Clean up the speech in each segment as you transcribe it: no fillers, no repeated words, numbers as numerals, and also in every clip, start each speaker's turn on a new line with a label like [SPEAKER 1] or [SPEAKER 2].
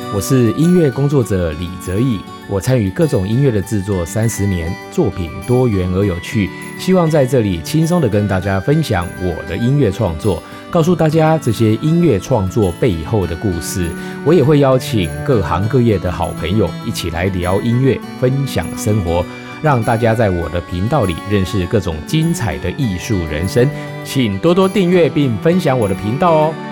[SPEAKER 1] 我是音乐工作者李泽义，我参与各种音乐的制作30年，作品多元而有趣，希望在这里轻松的跟大家分享我的音乐创作，告诉大家这些音乐创作背后的故事。我也会邀请各行各业的好朋友一起来聊音乐，分享生活，让大家在我的频道里认识各种精彩的艺术人生。请多多订阅并分享我的频道哦。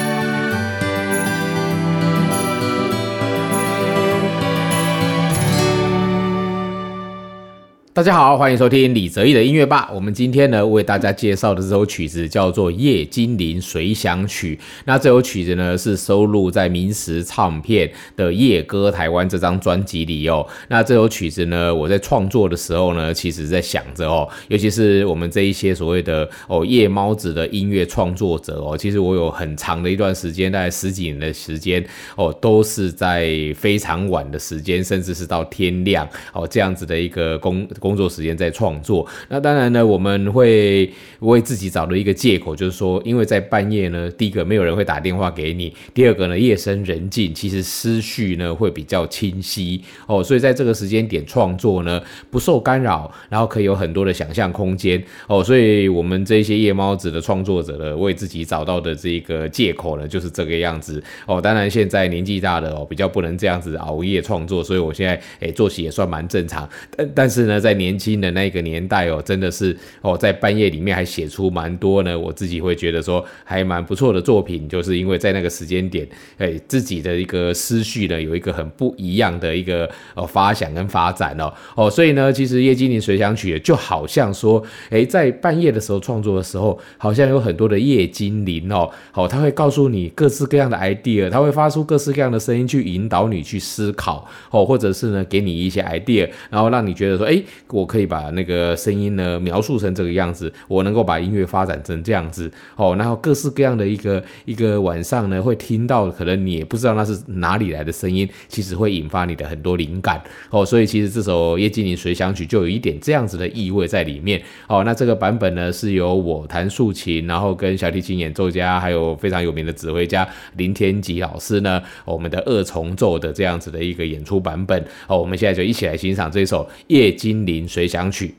[SPEAKER 1] 大家好，欢迎收听李泽义的音乐吧。我们今天呢为大家介绍的这首曲子叫做《叶金陵随想曲》。那这首曲子呢是收录在明石唱片的《夜歌台湾》这张专辑里哦。那这首曲子呢，我在创作的时候呢，其实在想着哦，尤其是我们这一些所谓的夜猫子的音乐创作者哦，其实我有很长的一段时间，大概10几年的时间哦，都是在非常晚的时间，甚至是到天亮哦这样子的一个工作时间在创作。那当然呢，我们会为自己找的一个借口，就是说，因为在半夜呢，第一个没有人会打电话给你，第二个呢，夜深人静，其实思绪呢会比较清晰哦，所以在这个时间点创作呢，不受干扰，然后可以有很多的想象空间哦，所以我们这些夜猫子的创作者呢，为自己找到的这个借口呢，就是这个样子哦。当然现在年纪大了哦，比较不能这样子熬夜创作，所以我现在作息也算蛮正常，但是呢，在年轻的那个年代哦，真的是哦，在半夜里面还写出蛮多呢，我自己会觉得说还蛮不错的作品，就是因为在那个时间点，自己的一个思绪呢有一个很不一样的一个发想跟发展哦，所以呢，其实《叶金陵随想曲》就好像说，在半夜的时候创作的时候，好像有很多的夜精灵哦，它会告诉你各式各样的 idea， 它会发出各式各样的声音去引导你去思考哦，或者是呢给你一些 idea， 然后让你觉得说，我可以把那个声音呢描述成这个样子，我能够把音乐发展成这样子哦，然后各式各样的一个晚上呢，会听到可能你也不知道那是哪里来的声音，其实会引发你的很多灵感哦，所以其实这首《叶金陵随想曲》就有一点这样子的意味在里面哦。那这个版本呢是由我弹竖琴，然后跟小提琴演奏家还有非常有名的指挥家林天吉老师呢，我们的二重奏的这样子的一个演出版本哦。我们现在就一起来欣赏这首《叶金陵随想曲》。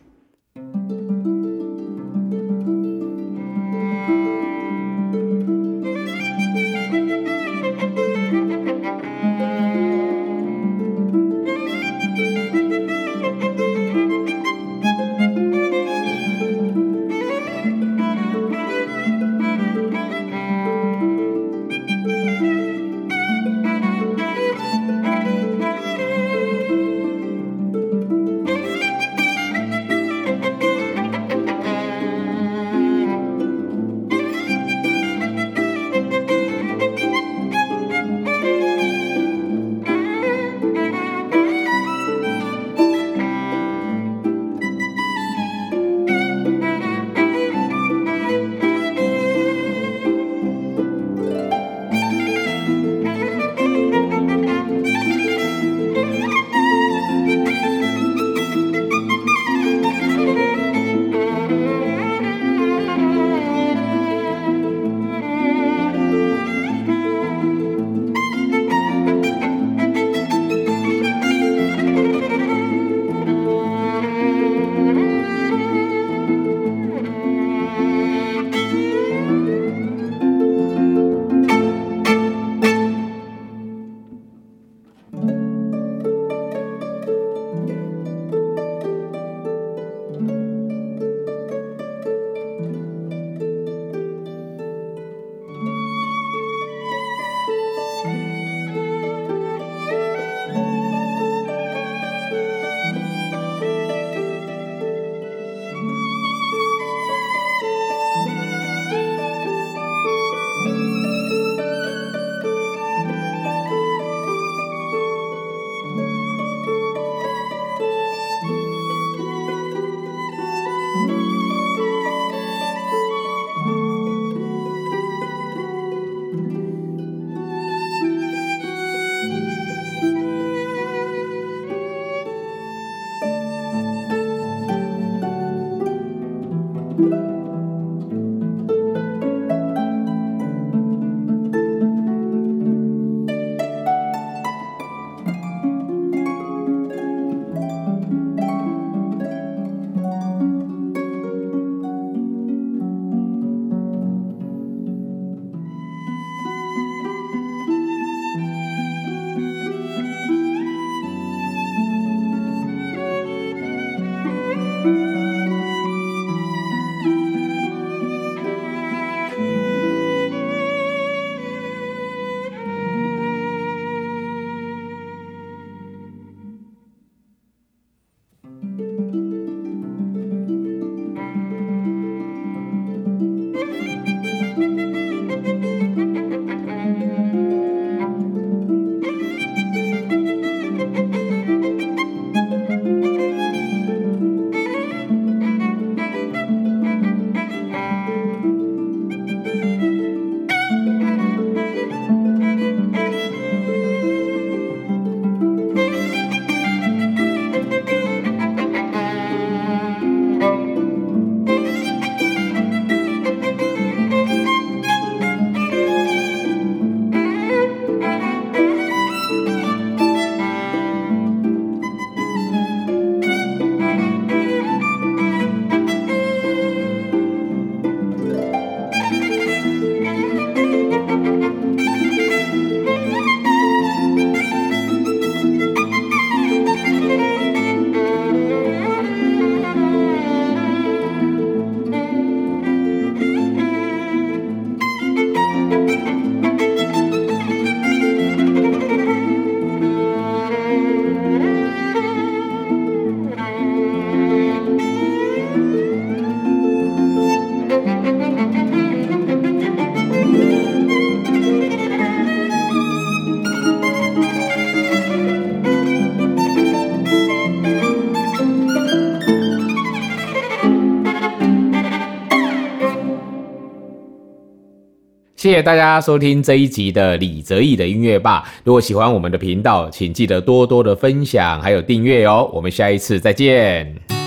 [SPEAKER 1] 谢谢大家收听这一集的李泽毅的音乐吧。如果喜欢我们的频道，请记得多多的分享还有订阅哦。我们下一次再见。